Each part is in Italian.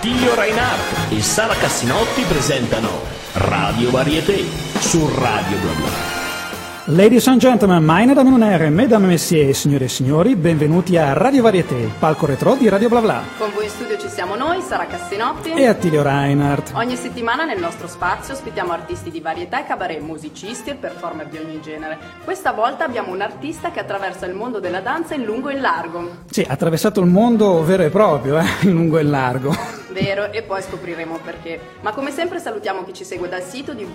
Attilio Reinhardt e Sara Cassinotti presentano Radio Varieté su Radio BlaBla. Ladies and gentlemen, meine Damen und Herren, mesdames et messieurs, signore e signori, benvenuti a Radio Varieté, il palco retro di Radio BlaBla. Con voi in studio ci siamo noi, Sara Cassinotti e Attilio Reinhardt. Ogni settimana nel nostro spazio ospitiamo artisti di varietà e cabaret, musicisti e performer di ogni genere. Questa volta abbiamo un artista che attraversa il mondo della danza in lungo e in largo. Sì, ha attraversato il mondo vero e proprio, in lungo e in largo. Vero, e poi scopriremo perché. Ma come sempre salutiamo chi ci segue dal sito di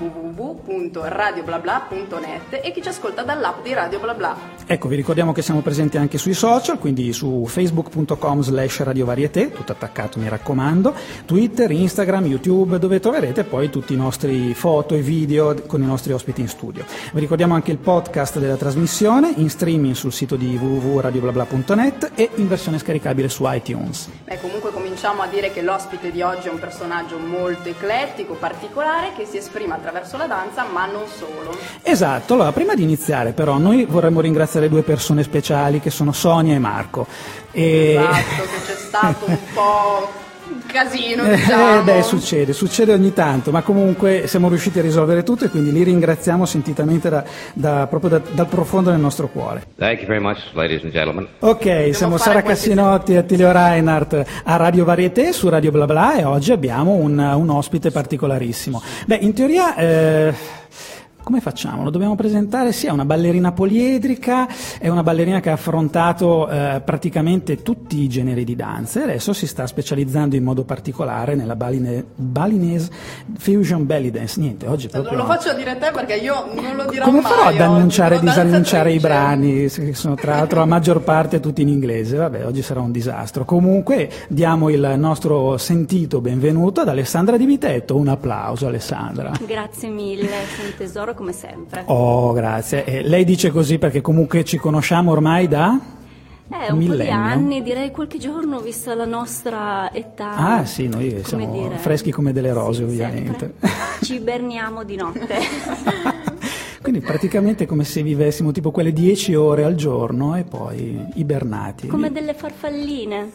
www.radioblabla.net e chi ci ascolta dall'app di Radio BlaBla. Ecco, vi ricordiamo che siamo presenti anche sui social, quindi su facebook.com/radiovarietè, tutto attaccato mi raccomando, Twitter, Instagram, YouTube, dove troverete poi tutti i nostri foto e video con i nostri ospiti in studio. Vi ricordiamo anche il podcast della trasmissione in streaming sul sito di www.radioblabla.net e in versione scaricabile su iTunes. Comunque cominciamo a dire che l'ospite di oggi è un personaggio molto eclettico, particolare, che si esprime attraverso la danza, ma non solo. Esatto, allora prima di iniziare però noi vorremmo ringraziare due persone speciali che sono Sonia e Marco. Esatto, che c'è stato un po' un casino, diciamo. Succede ogni tanto, ma comunque siamo riusciti a risolvere tutto e quindi li ringraziamo sentitamente proprio dal profondo del nostro cuore. Thank you very much, ladies and gentlemen. Ok, siamo Sara Cassinotti e Attilio Reinhardt a Radio Varieté su Radio BlaBla e oggi abbiamo un ospite particolarissimo. In teoria... come facciamo? Lo dobbiamo presentare? Sì, è una ballerina poliedrica, è una ballerina che ha affrontato praticamente tutti i generi di danza e adesso si sta specializzando in modo particolare nella Balinese Fusion Belly Dance. Niente, oggi proprio... Lo faccio dire a te perché io non lo dirò come mai. Come farò ad annunciare e oggi, disannunciare i brani, che sono tra l'altro la maggior parte tutti in inglese? Vabbè, oggi sarà un disastro. Comunque diamo il nostro sentito benvenuto ad Alessandra Di Vitetto. Un applauso, Alessandra. Grazie mille, sei un tesoro come sempre. Oh, grazie. Lei dice così perché comunque ci conosciamo ormai da... un po' di anni, direi qualche giorno, vista la nostra età. Ah sì, noi siamo freschi come delle rose, sì, ovviamente. Ci iberniamo di notte. Quindi praticamente è come se vivessimo tipo quelle 10 ore al giorno e poi ibernati. Come delle farfalline.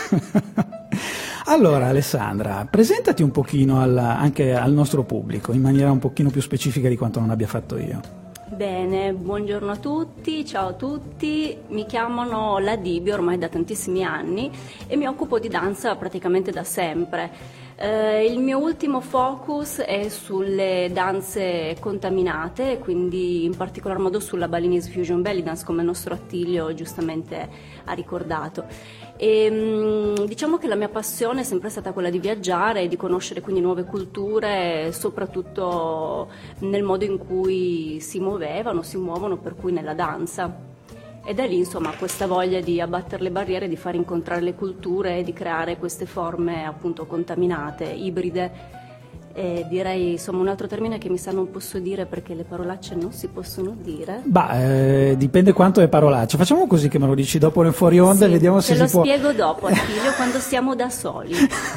Allora Alessandra, presentati un pochino anche al nostro pubblico, in maniera un pochino più specifica di quanto non abbia fatto io. Bene, buongiorno a tutti, ciao a tutti, mi chiamano La Dibi ormai da tantissimi anni e mi occupo di danza praticamente da sempre. Il mio ultimo focus è sulle danze contaminate, quindi in particolar modo sulla Balinese Fusion Belly Dance, come il nostro Attilio giustamente ha ricordato. E diciamo che la mia passione è sempre stata quella di viaggiare e di conoscere quindi nuove culture, soprattutto nel modo in cui si muovono, per cui nella danza. E da lì insomma questa voglia di abbattere le barriere, di far incontrare le culture e di creare queste forme appunto contaminate, ibride. E direi insomma un altro termine che mi sa non posso dire perché le parolacce non si possono dire. Dipende quanto è parolaccia. Facciamo così che me lo dici dopo nel fuori onda e vediamo se si può. Te lo spiego dopo, Attilio, quando siamo da soli.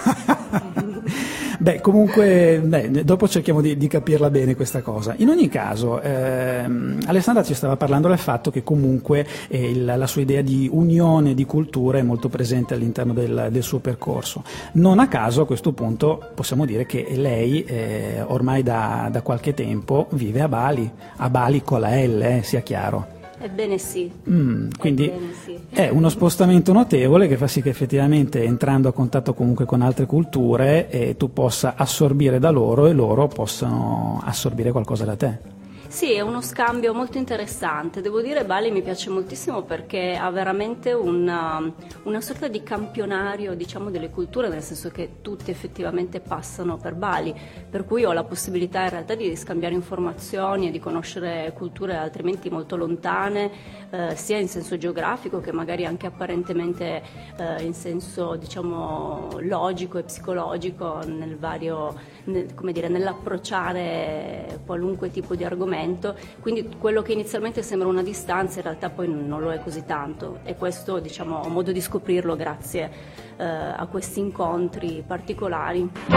Comunque, dopo cerchiamo di capirla bene questa cosa. In ogni caso, Alessandra ci stava parlando del fatto che comunque la sua idea di unione di culture è molto presente all'interno del suo percorso. Non a caso a questo punto possiamo dire che lei ormai da qualche tempo vive a Bali con la L, sia chiaro. Ebbene sì. Quindi è uno spostamento notevole che fa sì che effettivamente entrando a contatto comunque con altre culture tu possa assorbire da loro e loro possano assorbire qualcosa da te. Sì, è uno scambio molto interessante. Devo dire Bali mi piace moltissimo perché ha veramente una sorta di campionario, diciamo, delle culture, nel senso che tutti effettivamente passano per Bali, per cui ho la possibilità in realtà di scambiare informazioni e di conoscere culture altrimenti molto lontane, sia in senso geografico che magari anche apparentemente in senso, diciamo, logico e psicologico nell'approcciare qualunque tipo di argomento. Quindi quello che inizialmente sembra una distanza in realtà poi non lo è così tanto, e questo, diciamo, ho modo di scoprirlo grazie a questi incontri particolari. Ma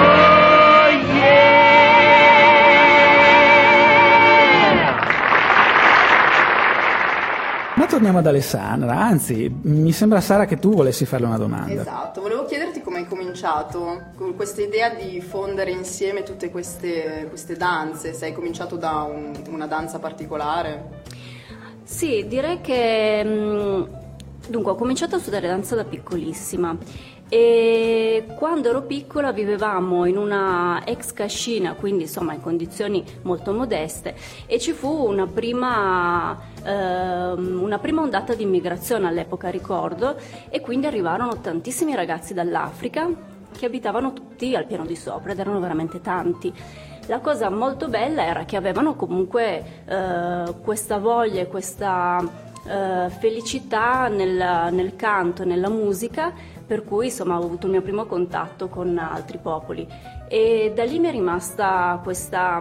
torniamo ad Alessandra, anzi mi sembra, Sara, che tu volessi farle una domanda. Esatto, volevo chiederti come come hai cominciato? Con questa idea di fondere insieme tutte queste danze, se hai cominciato da una danza particolare? Sì, direi che dunque ho cominciato a studiare danza da piccolissima e quando ero piccola vivevamo in una ex cascina, quindi insomma in condizioni molto modeste, e ci fu una prima ondata di immigrazione all'epoca, ricordo, e quindi arrivarono tantissimi ragazzi dall'Africa che abitavano tutti al piano di sopra ed erano veramente tanti. La cosa molto bella era che avevano comunque questa voglia e questa felicità nel canto, nella musica, per cui insomma ho avuto il mio primo contatto con altri popoli e da lì mi è rimasta questa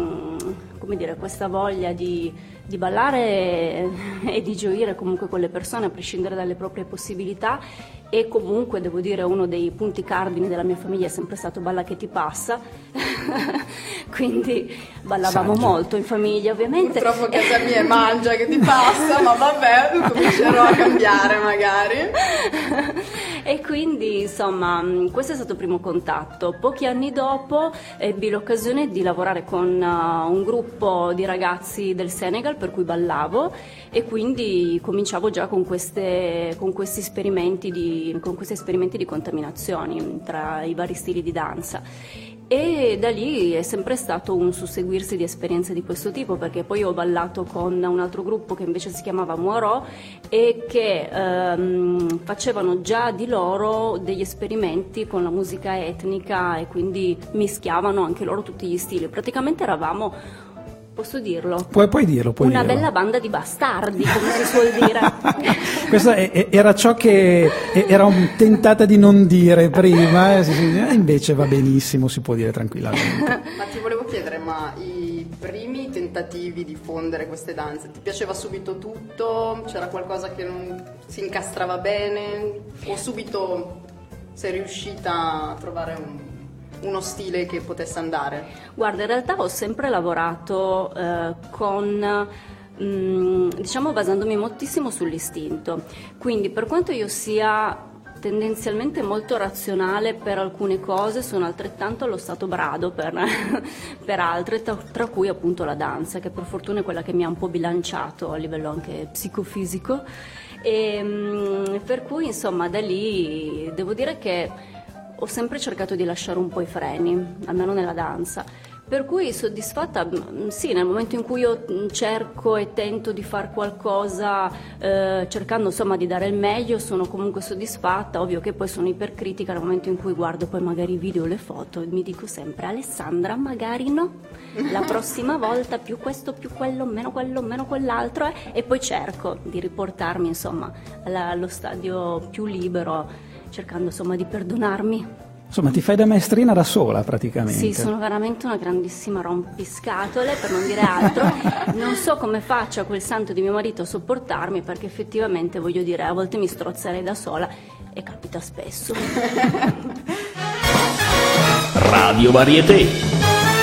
voglia di ballare e di gioire comunque con le persone a prescindere dalle proprie possibilità. E comunque devo dire uno dei punti cardini della mia famiglia è sempre stato balla che ti passa, quindi ballavamo molto in famiglia ovviamente. Purtroppo casa mia è mangia che ti passa, ma vabbè, comincerò a cambiare magari. E quindi insomma questo è stato il primo contatto. Pochi anni dopo ebbi l'occasione di lavorare con un gruppo di ragazzi del Senegal per cui ballavo e quindi cominciavo già con questi esperimenti di contaminazioni tra i vari stili di danza. E da lì è sempre stato un susseguirsi di esperienze di questo tipo, perché poi ho ballato con un altro gruppo che invece si chiamava Moirò e che facevano già di loro degli esperimenti con la musica etnica e quindi mischiavano anche loro tutti gli stili. Praticamente eravamo, posso dirlo? Puoi dirlo. Una bella banda di bastardi, come si suol dire. Questo era ciò che era tentata di non dire prima, invece va benissimo, si può dire tranquillamente. Ma ti volevo chiedere, ma i primi tentativi di fondere queste danze, ti piaceva subito tutto? C'era qualcosa che non si incastrava bene? O subito sei riuscita a trovare uno stile che potesse andare? Guarda, in realtà ho sempre lavorato diciamo basandomi moltissimo sull'istinto, quindi per quanto io sia tendenzialmente molto razionale per alcune cose, sono altrettanto allo stato brado per altre, tra cui appunto la danza, che per fortuna è quella che mi ha un po' bilanciato a livello anche psicofisico, e per cui insomma da lì devo dire che ho sempre cercato di lasciare un po' i freni, almeno nella danza. Per cui soddisfatta, sì, nel momento in cui io cerco e tento di fare qualcosa cercando insomma di dare il meglio, sono comunque soddisfatta. Ovvio che poi sono ipercritica nel momento in cui guardo poi magari i video o le foto e mi dico sempre: Alessandra, magari no, la prossima volta più questo, più quello, meno quell'altro, e poi cerco di riportarmi insomma allo stadio più libero, cercando insomma di perdonarmi. Insomma, ti fai da maestrina da sola praticamente. Sì, sono veramente una grandissima rompiscatole, per non dire altro. Non so come faccia quel santo di mio marito a sopportarmi, perché effettivamente, voglio dire, a volte mi strozzerei da sola e capita spesso. Radio Varieté.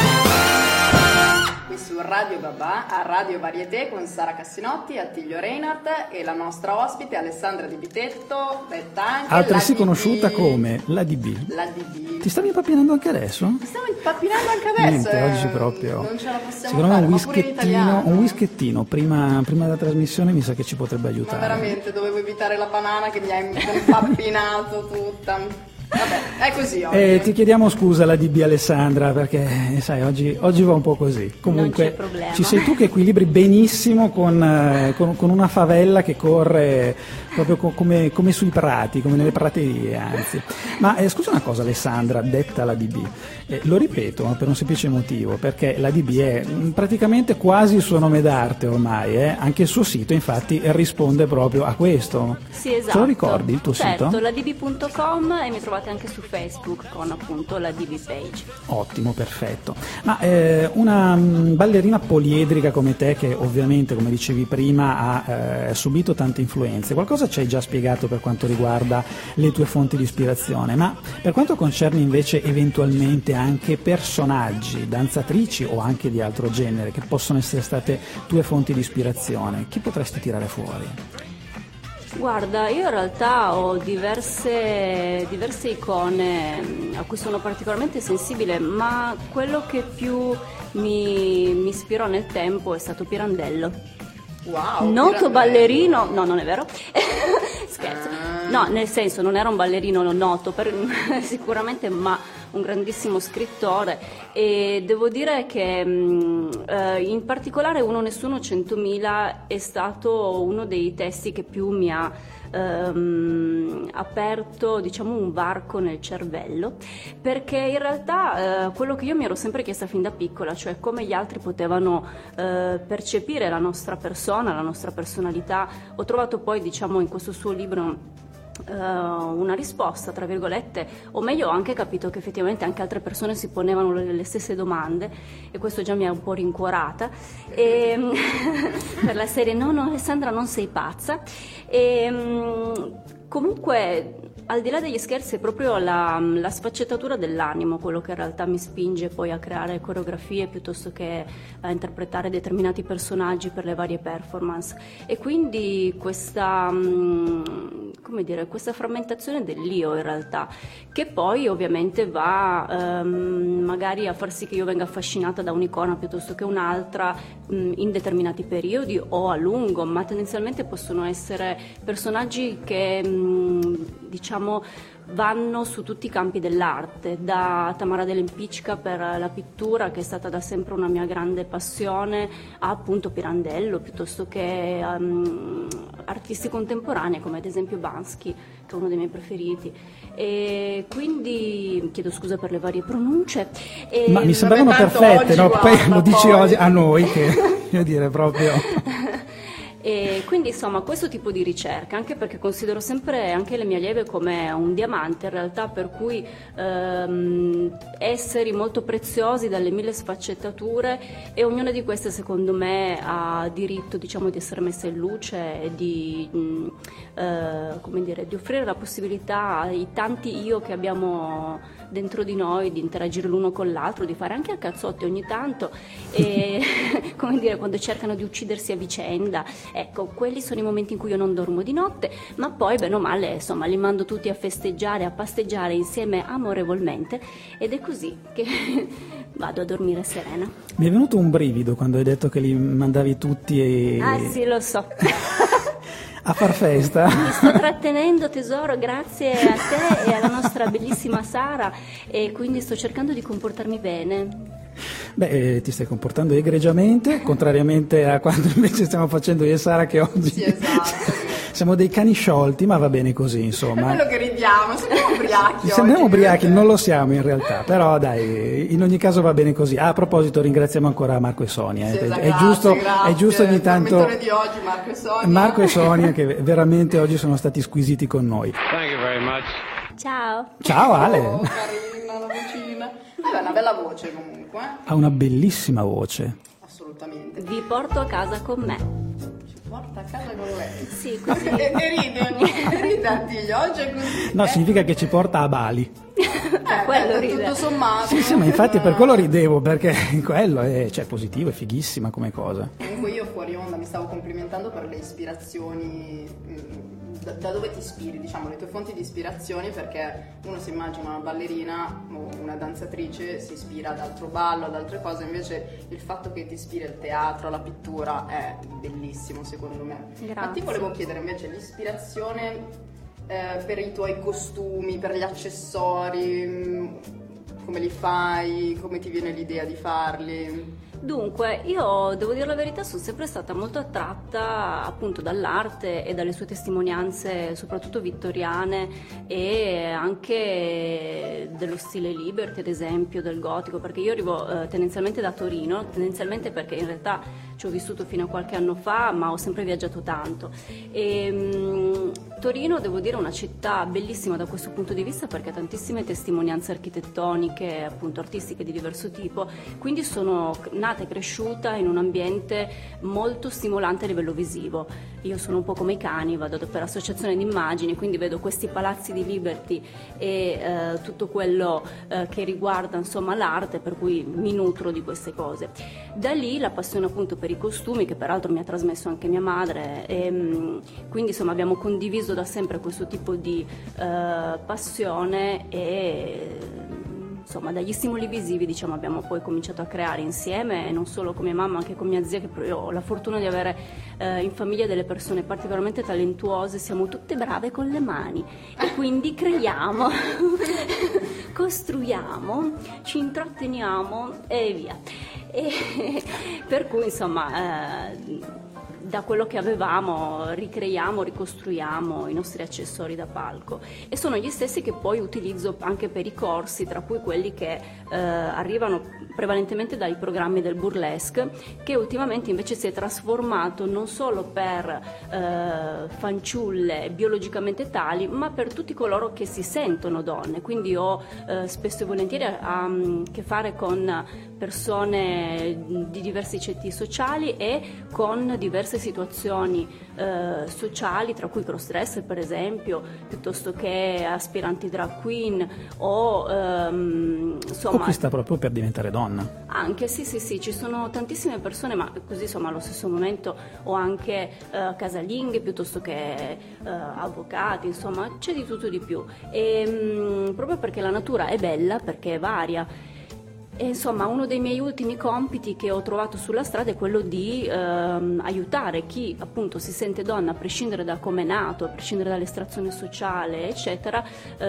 Radio Babà a Radio Varieté con Sara Cassinotti, Attilio Reinhardt e la nostra ospite Alessandra Di Bitetto, detta anche altresì la conosciuta DB. come la DB. La DB. Ti stavi impappinando anche adesso? Mi stiamo impappinando anche adesso. Niente, oggi proprio. Non ce la possiamo secondo fare, me ma pure in italiano. un whischettino prima della trasmissione mi sa che ci potrebbe Ma aiutare. veramente dovevo evitare la banana che mi ha impappinato tutta. Vabbè, è così oggi. Ti chiediamo scusa la DB Alessandra, perché sai oggi va un po' così. Comunque non c'è problema. Ci sei tu che equilibri benissimo con una favela che corre proprio come sui prati, come nelle praterie anzi. Ma scusa una cosa Alessandra, detta la DB, lo ripeto per un semplice motivo, perché la DB è praticamente quasi il suo nome d'arte ormai, anche il suo sito infatti risponde proprio a questo. Sì, esatto. Te lo ricordi il tuo sito? Certo, ladb.com, e mi trovate anche su Facebook con appunto la DB page. Ottimo, perfetto. Ma una ballerina poliedrica come te, che ovviamente come dicevi prima ha subito tante influenze, qualcosa ci hai già spiegato per quanto riguarda le tue fonti di ispirazione, ma per quanto concerne invece eventualmente anche personaggi, danzatrici o anche di altro genere che possono essere state tue fonti di ispirazione, chi potresti tirare fuori? Guarda, io in realtà ho diverse icone a cui sono particolarmente sensibile, ma quello che più mi ispirò nel tempo è stato Pirandello. Wow, Noto Pirandello. ballerino, no, non è vero. Scherzo. No, nel senso, non era un ballerino noto sicuramente, ma un grandissimo scrittore, e devo dire che in particolare Uno Nessuno 100.000 è stato uno dei testi che più mi ha aperto, diciamo, un varco nel cervello, perché in realtà quello che io mi ero sempre chiesta fin da piccola, cioè come gli altri potevano percepire la nostra persona, la nostra personalità, ho trovato poi, diciamo, in questo suo libro una risposta, tra virgolette, o meglio ho anche capito che effettivamente anche altre persone si ponevano le stesse domande, e questo già mi ha un po' rincuorata per la serie no Alessandra, non sei pazza. Comunque, al di là degli scherzi, è proprio la sfaccettatura dell'animo quello che in realtà mi spinge poi a creare coreografie piuttosto che a interpretare determinati personaggi per le varie performance, e quindi questa frammentazione dell'io in realtà, che poi ovviamente va magari a far sì che io venga affascinata da un'icona piuttosto che un'altra in determinati periodi o a lungo, ma tendenzialmente possono essere personaggi che diciamo vanno su tutti i campi dell'arte, da Tamara Dell'Empicca per la pittura, che è stata da sempre una mia grande passione, a appunto Pirandello, piuttosto che artisti contemporanei come ad esempio Bansky, che è uno dei miei preferiti. E quindi chiedo scusa per le varie pronunce. Ma mi sembravano perfette, no? Poi lo dici oggi a noi, che io dire proprio... E quindi insomma questo tipo di ricerca, anche perché considero sempre anche le mie allieve come un diamante in realtà, per cui esseri molto preziosi dalle mille sfaccettature, e ognuna di queste secondo me ha diritto, diciamo, di essere messa in luce e di offrire la possibilità ai tanti io che abbiamo dentro di noi di interagire l'uno con l'altro, di fare anche a cazzotti ogni tanto, e come dire, quando cercano di uccidersi a vicenda. Ecco, quelli sono i momenti in cui io non dormo di notte, ma poi bene o male insomma li mando tutti a festeggiare, a pasteggiare insieme amorevolmente, ed è così che vado a dormire serena. Mi è venuto un brivido quando hai detto che li mandavi tutti Ah sì, lo so. a far festa. Mi sto trattenendo, tesoro, grazie a te e alla nostra bellissima Sara, e quindi sto cercando di comportarmi bene. Beh, ti stai comportando egregiamente, contrariamente a quanto invece stiamo facendo io e Sara, che oggi Sì, esatto. siamo dei cani sciolti, ma va bene così, È insomma. quello che ridiamo, sembriamo ubriachi. Sembriamo oggi. ubriachi, non lo siamo in realtà, però dai, in ogni caso va bene così. A proposito, ringraziamo ancora Marco e Sonia. Sì, esatto, È giusto ogni tanto. Il tormentone di oggi, Marco e Sonia. Marco e Sonia, che veramente oggi sono stati squisiti con noi. Thank you very much. Ciao. Ciao Ale, Oh, carina la vocina. Aveva una bella voce comunque, ha una bellissima voce. assolutamente. Vi porto a casa con me. Ci porta a casa con lei. Sì, così. E ride Attilio, oggi è così. No, significa che ci porta a Bali. quello ride. Tutto sommato. Sì, ma infatti per quello ridevo, perché quello è positivo, è fighissima come cosa. Comunque io fuori onda mi stavo complimentando per le ispirazioni, da dove ti ispiri, diciamo, le tue fonti di ispirazione, perché uno si immagina una ballerina o una danzatrice, si ispira ad altro ballo, ad altre cose, invece il fatto che ti ispiri al teatro, alla pittura è bellissimo secondo me. Grazie. Ma ti volevo chiedere invece l'ispirazione per i tuoi costumi, per gli accessori, come li fai, come ti viene l'idea di farli? Dunque, io devo dire la verità, sono sempre stata molto attratta appunto dall'arte e dalle sue testimonianze, soprattutto vittoriane, e anche dello stile Liberty, ad esempio, del gotico, perché io arrivo tendenzialmente da Torino, tendenzialmente perché in realtà ci ho vissuto fino a qualche anno fa, ma ho sempre viaggiato tanto. E Torino, devo dire, è una città bellissima da questo punto di vista, perché ha tantissime testimonianze architettoniche anche appunto artistiche di diverso tipo, quindi sono nata e cresciuta in un ambiente molto stimolante a livello visivo. Io sono un po' come i cani, vado per associazione di immagini, quindi vedo questi palazzi di Liberty e tutto quello che riguarda insomma l'arte, per cui mi nutro di queste cose. Da lì la passione appunto per i costumi, che peraltro mi ha trasmesso anche mia madre, e quindi insomma abbiamo condiviso da sempre questo tipo di passione e insomma dagli stimoli visivi diciamo abbiamo poi cominciato a creare insieme, e non solo con mia mamma, anche con mia zia, che io ho la fortuna di avere in famiglia delle persone particolarmente talentuose, siamo tutte brave con le mani e quindi creiamo, costruiamo, ci intratteniamo e via. E per cui insomma da quello che avevamo ricreiamo, ricostruiamo i nostri accessori da palco, e sono gli stessi che poi utilizzo anche per i corsi, tra cui quelli che arrivano prevalentemente dai programmi del burlesque, che ultimamente invece si è trasformato non solo per fanciulle biologicamente tali, ma per tutti coloro che si sentono donne. Quindi ho spesso e volentieri a che fare con persone di diversi ceti sociali e con diverse situazioni sociali, tra cui crossdresser per esempio, piuttosto che aspiranti drag queen o insomma... O chi sta proprio per diventare donna. Anche sì, ci sono tantissime persone, ma così insomma allo stesso momento ho anche casalinghe piuttosto che avvocati, insomma c'è di tutto di più, e proprio perché la natura è bella, perché è varia. E insomma uno dei miei ultimi compiti che ho trovato sulla strada è quello di aiutare chi appunto si sente donna, a prescindere da come è nato, a prescindere dall'estrazione sociale eccetera,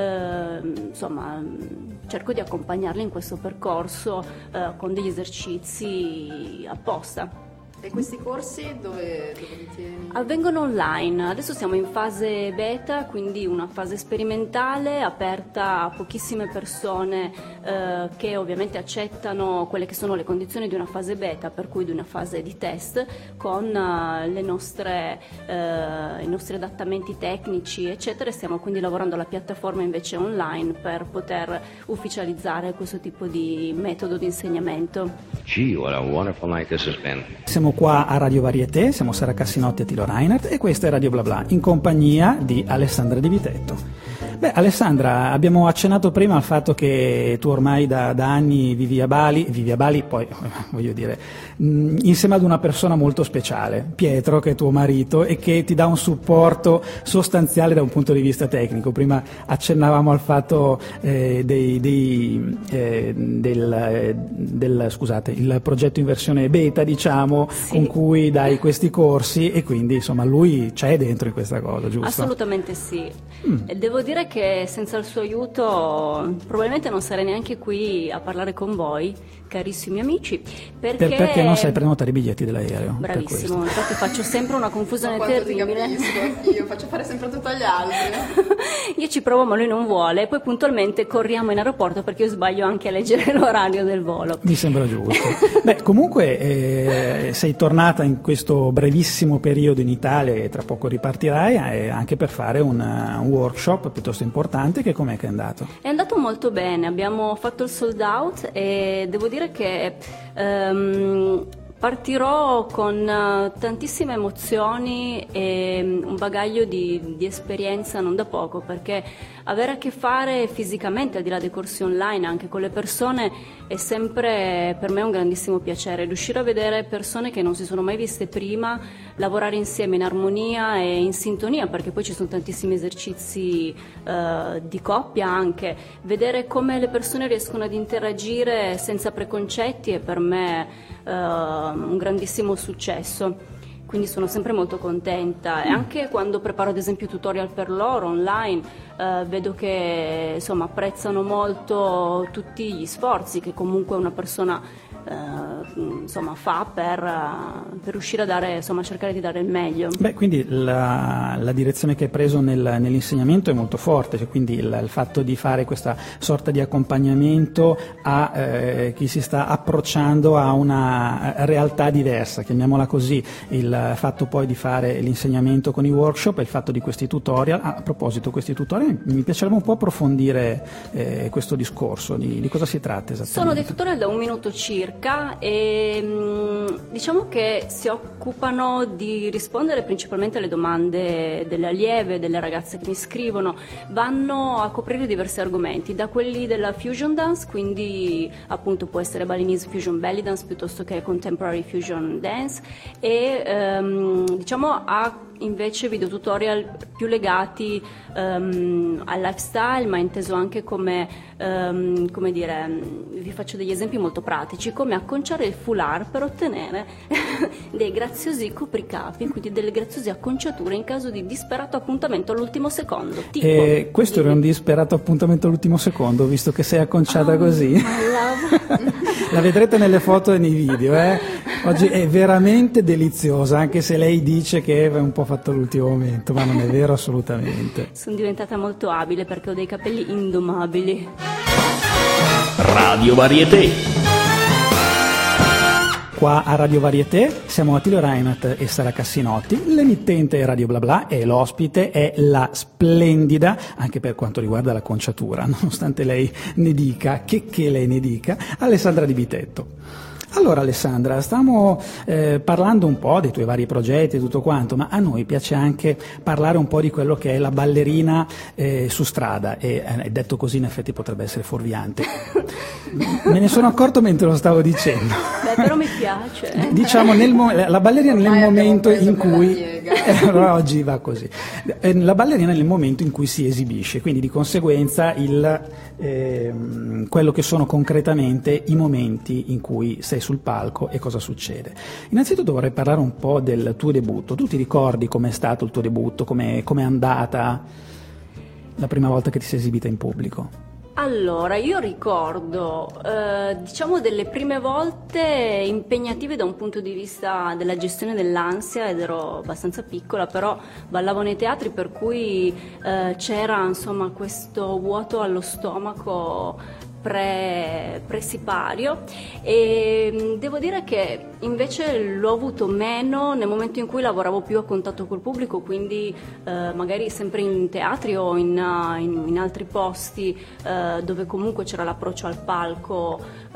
insomma cerco di accompagnarli in questo percorso con degli esercizi apposta. E questi corsi dove li tieni? Avvengono online, adesso siamo in fase beta, quindi una fase sperimentale aperta a pochissime persone che ovviamente accettano quelle che sono le condizioni di una fase beta, per cui di una fase di test, con i nostri adattamenti tecnici eccetera, e stiamo quindi lavorando alla piattaforma invece online per poter ufficializzare questo tipo di metodo di insegnamento. Gee, what a wonderful night this has been. Siamo qua a Radio Varieté, siamo Sara Cassinotti e Tilo Reinhardt e questa è Radio Bla Bla, in compagnia di Alessandra Di Vitetto. Beh, Alessandra, abbiamo accennato prima al fatto che tu ormai da anni vivi a Bali, poi voglio dire, insieme ad una persona molto speciale, Pietro, che è tuo marito e che ti dà un supporto sostanziale da un punto di vista tecnico. Prima accennavamo al fatto scusate, il progetto in versione beta, diciamo, sì, con cui dai questi corsi, e quindi insomma lui c'è dentro in questa cosa, giusto? Assolutamente sì. Devo dire che senza il suo aiuto probabilmente non sarei neanche qui a parlare con voi, carissimi amici, perché non sai prenotare i biglietti dell'aereo. Bravissimo, infatti faccio sempre una confusione terribile. Io faccio fare sempre tutto agli altri. Io ci provo ma lui non vuole, poi puntualmente corriamo in aeroporto perché io sbaglio anche a leggere l'orario del volo. Mi sembra giusto. Beh, comunque sei tornata in questo brevissimo periodo in Italia e tra poco ripartirai anche per fare un workshop piuttosto importante. Che com'è che è andato? È andato molto bene, abbiamo fatto il sold out e devo dire che partirò con tantissime emozioni e un bagaglio di esperienza non da poco, perché avere a che fare fisicamente, al di là dei corsi online, anche con le persone è sempre per me un grandissimo piacere. Riuscire a vedere persone che non si sono mai viste prima, lavorare insieme in armonia e in sintonia, perché poi ci sono tantissimi esercizi di coppia anche, vedere come le persone riescono ad interagire senza preconcetti è per me un grandissimo successo. Quindi sono sempre molto contenta, e anche quando preparo ad esempio tutorial per loro online vedo che insomma apprezzano molto tutti gli sforzi che comunque una persona insomma fa per riuscire a dare, insomma, cercare di dare il meglio. Beh, quindi la direzione che hai preso nell'insegnamento è molto forte, cioè quindi il fatto di fare questa sorta di accompagnamento a chi si sta approcciando a una realtà diversa, chiamiamola così, il fatto poi di fare l'insegnamento con i workshop e il fatto di questi tutorial. A proposito, questi tutorial mi piacerebbe un po' approfondire questo discorso, di cosa si tratta esattamente. Sono dei tutorial da 1 minuto circa e diciamo che si occupano di rispondere principalmente alle domande delle allieve, delle ragazze che mi scrivono. Vanno a coprire diversi argomenti, da quelli della fusion dance, quindi appunto può essere Balinese fusion belly dance piuttosto che contemporary fusion dance, e diciamo a invece video tutorial più legati al lifestyle, ma inteso anche come dire, vi faccio degli esempi molto pratici, come acconciare il foulard per ottenere dei graziosi copricapi, quindi delle graziose acconciature in caso di disperato appuntamento all'ultimo secondo. Tipo, questo era un disperato appuntamento all'ultimo secondo, visto che sei acconciata così. La vedrete nelle foto e nei video, Oggi è veramente deliziosa, anche se lei dice che è un po' fatto all'ultimo momento, ma non è vero assolutamente. Sono diventata molto abile perché ho dei capelli indomabili. Radio Varieté. Qua a Radio Varieté siamo Attilio Reinhardt e Sara Cassinotti, l'emittente è Radio BlaBla e l'ospite è la splendida, anche per quanto riguarda l'acconciatura, nonostante lei ne dica, che lei ne dica, Alessandra Di Bitetto. Allora Alessandra, stiamo parlando un po' dei tuoi vari progetti e tutto quanto, ma a noi piace anche parlare un po' di quello che è la ballerina su strada e detto così in effetti potrebbe essere fuorviante. Me ne sono accorto mentre lo stavo dicendo. Beh, però mi piace. Diciamo la ballerina nel momento in cui allora oggi va così. La ballerina nel momento in cui si esibisce, quindi di conseguenza quello che sono concretamente i momenti in cui sei sul palco e cosa succede. Innanzitutto vorrei parlare un po' del tuo debutto. Tu ti ricordi com'è stato il tuo debutto, com'è andata la prima volta che ti sei esibita in pubblico? Allora, io ricordo, diciamo, delle prime volte impegnative da un punto di vista della gestione dell'ansia, ed ero abbastanza piccola, però ballavo nei teatri, per cui c'era, insomma, questo vuoto allo stomaco pre-sipario, e devo dire che invece l'ho avuto meno nel momento in cui lavoravo più a contatto col pubblico, quindi magari sempre in teatri o in altri posti dove comunque c'era l'approccio al palco,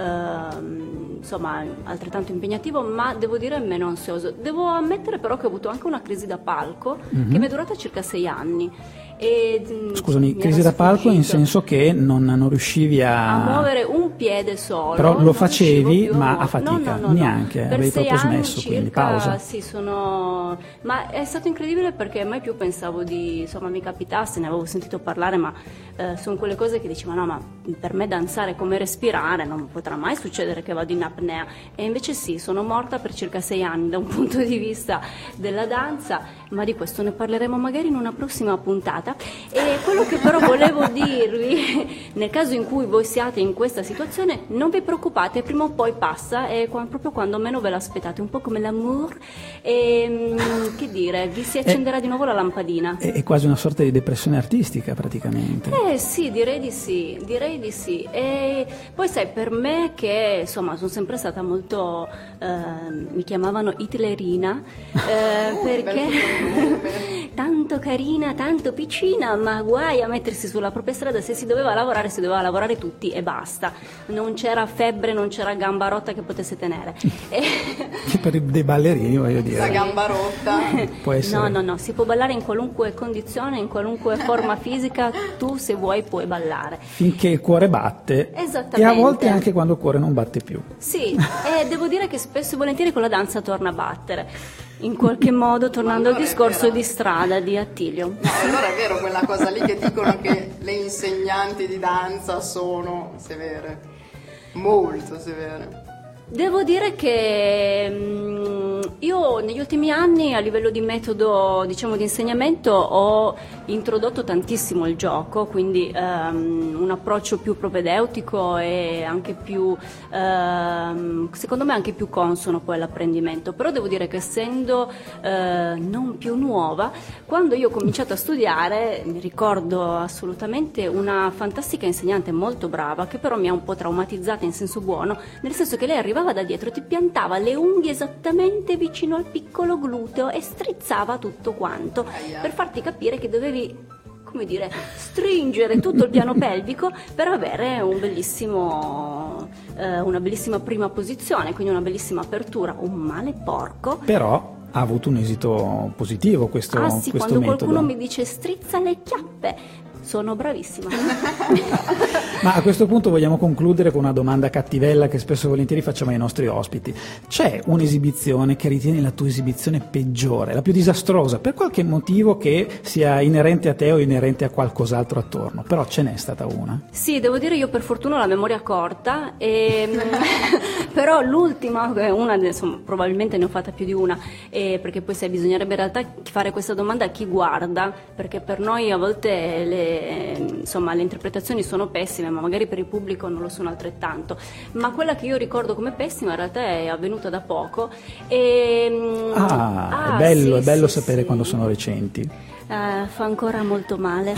insomma altrettanto impegnativo, ma devo dire meno ansioso. Devo ammettere però che ho avuto anche una crisi da palco che mi è durata circa 6 anni. Scusami, crisi da palco in senso che non riuscivi a muovere un piede solo, però lo facevi ma a fatica? No, neanche, avevi proprio smesso, circa, quindi pausa. Sì, ma è stato incredibile perché mai più pensavo insomma, mi capitasse, ne avevo sentito parlare, ma sono quelle cose che dici, ma no, ma per me danzare è come respirare, non potrà mai succedere che vado in apnea, e invece sì, sono morta per circa 6 anni da un punto di vista della danza, ma di questo ne parleremo magari in una prossima puntata. E quello che però volevo dirvi, nel caso in cui voi siate in questa situazione, non vi preoccupate, prima o poi passa, e proprio quando meno ve l'aspettate, un po' come l'amour, e che dire, vi si accenderà di nuovo la lampadina. È quasi una sorta di depressione artistica praticamente. Sì, direi di sì. E poi sai, per me che insomma sono sempre stata molto, mi chiamavano Hitlerina, perché tanto carina, tanto piccina, ma guai a mettersi sulla propria strada. Se si doveva lavorare tutti e basta, non c'era febbre, non c'era gamba rotta che potesse tenere. Che per dei ballerini, voglio dire, la gamba rotta può essere. No, si può ballare in qualunque condizione, in qualunque forma fisica, tu se vuoi puoi ballare finché il cuore batte, esattamente, e a volte anche quando il cuore non batte più. Sì, e devo dire che spesso e volentieri con la danza torna a battere, in qualche modo, tornando al discorso di strada di Attilio. No, allora è vero quella cosa lì che dicono che le insegnanti di danza sono severe, molto severe. Devo dire che Io negli ultimi anni a livello di metodo, diciamo, di insegnamento ho introdotto tantissimo il gioco, quindi un approccio più propedeutico e anche più, secondo me anche più consono poi all'apprendimento, però devo dire che essendo non più nuova, quando io ho cominciato a studiare mi ricordo assolutamente una fantastica insegnante molto brava che però mi ha un po' traumatizzata in senso buono, nel senso che lei arrivava da dietro, ti piantava le unghie esattamente vicino al piccolo gluteo e strizzava tutto quanto per farti capire che dovevi, come dire, stringere tutto il piano pelvico per avere un bellissimo, una bellissima prima posizione, quindi una bellissima apertura. Un male porco. Però ha avuto un esito positivo questo Ah sì, questo quando metodo. qualcuno mi dice strizza le chiappe, sono bravissima. Ma a questo punto vogliamo concludere con una domanda cattivella che spesso e volentieri facciamo ai nostri ospiti. C'è un'esibizione che ritieni la tua esibizione peggiore, la più disastrosa, per qualche motivo che sia inerente a te o inerente a qualcos'altro attorno? Però ce n'è stata una? Sì, devo dire io per fortuna ho la memoria corta, però l'ultima, insomma, probabilmente ne ho fatta più di una, perché poi sai, bisognerebbe in realtà fare questa domanda a chi guarda, perché per noi a volte le interpretazioni sono pessime, ma magari per il pubblico non lo sono altrettanto. Ma quella che io ricordo come pessima in realtà è avvenuta da poco. È bello, sì, è bello sì, sapere sì. quando sono recenti. Fa ancora molto male.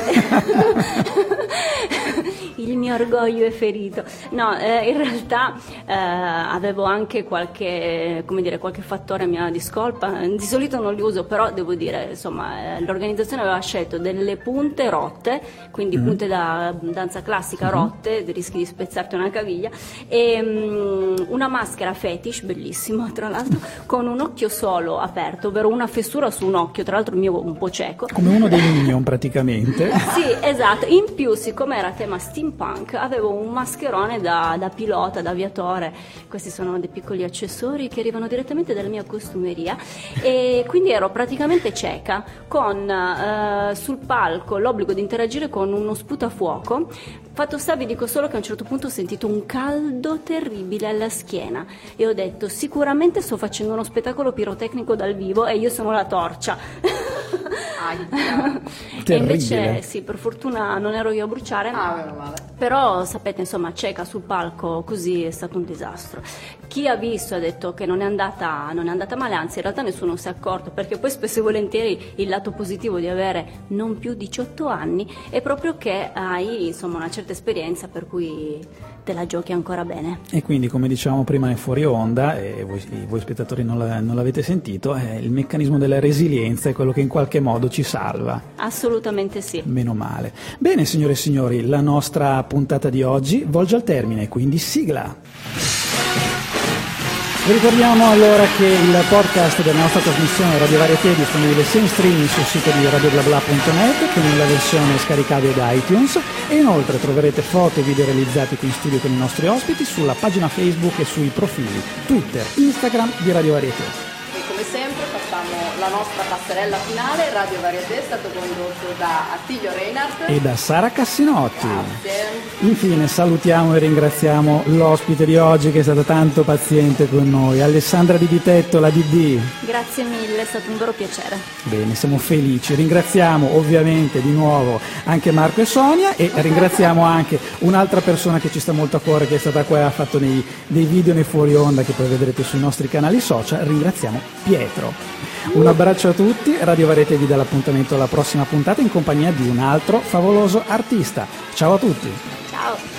Il mio orgoglio è ferito. No, in realtà avevo anche qualche fattore mia di scolpa. Di solito non li uso, però devo dire, insomma, l'organizzazione aveva scelto delle punte rotte, quindi punte da danza classica rotte, rischi di spezzarti una caviglia, e una maschera fetish, bellissimo tra l'altro, con un occhio solo aperto, ovvero una fessura su un occhio, tra l'altro il mio un po' cieco. Come uno dei Minion praticamente. Sì, esatto. In più, siccome era tema steampunk, avevo un mascherone da pilota, da aviatore. Questi sono dei piccoli accessori che arrivano direttamente dalla mia costumeria, e quindi ero praticamente cieca, con sul palco l'obbligo di interagire con uno sputafuoco. Fatto sta, vi dico solo che a un certo punto ho sentito un caldo terribile alla schiena e ho detto sicuramente sto facendo uno spettacolo pirotecnico dal vivo e io sono la torcia. E invece sì, per fortuna non ero io a bruciare. Meno male. Però sapete, insomma, cieca sul palco così è stato un disastro. Chi ha visto ha detto che non è andata male, anzi in realtà nessuno si è accorto, perché poi spesso e volentieri il lato positivo di avere non più 18 anni è proprio che hai, insomma, una certa esperienza per cui te la giochi ancora bene. E quindi, come dicevamo prima nel fuori onda, e voi spettatori non l'avete sentito, il meccanismo della resilienza è quello che in qualche modo ci salva. Assolutamente sì. Meno male. Bene, signore e signori, la nostra puntata di oggi volge al termine, quindi sigla. Vi ricordiamo allora che il podcast della nostra trasmissione Radio Varieté è disponibile sia in streaming sul sito di radioblabla.net che nella versione scaricabile da iTunes, e inoltre troverete foto e video realizzati qui in studio con i nostri ospiti sulla pagina Facebook e sui profili Twitter, Instagram di Radio Varieté. E come sempre facciamo la nostra passerella finale. Radio Varieté è stato condotto da Attilio Reinhardt E da Sara Cassinotti. Grazie. Infine salutiamo e ringraziamo l'ospite di oggi che è stata tanto paziente con noi, Alessandra Di Bitetto, la DD. Grazie mille, è stato un vero piacere. Bene, siamo felici. Ringraziamo ovviamente di nuovo anche Marco e Sonia, e ringraziamo anche un'altra persona che ci sta molto a cuore, che è stata qua e ha fatto dei video nei fuori onda che poi vedrete sui nostri canali social. Ringraziamo Pietro. Un abbraccio a tutti. Radio Varieté vi dà l'appuntamento alla prossima puntata in compagnia di un altro favoloso artista. Ciao a tutti. Ciao.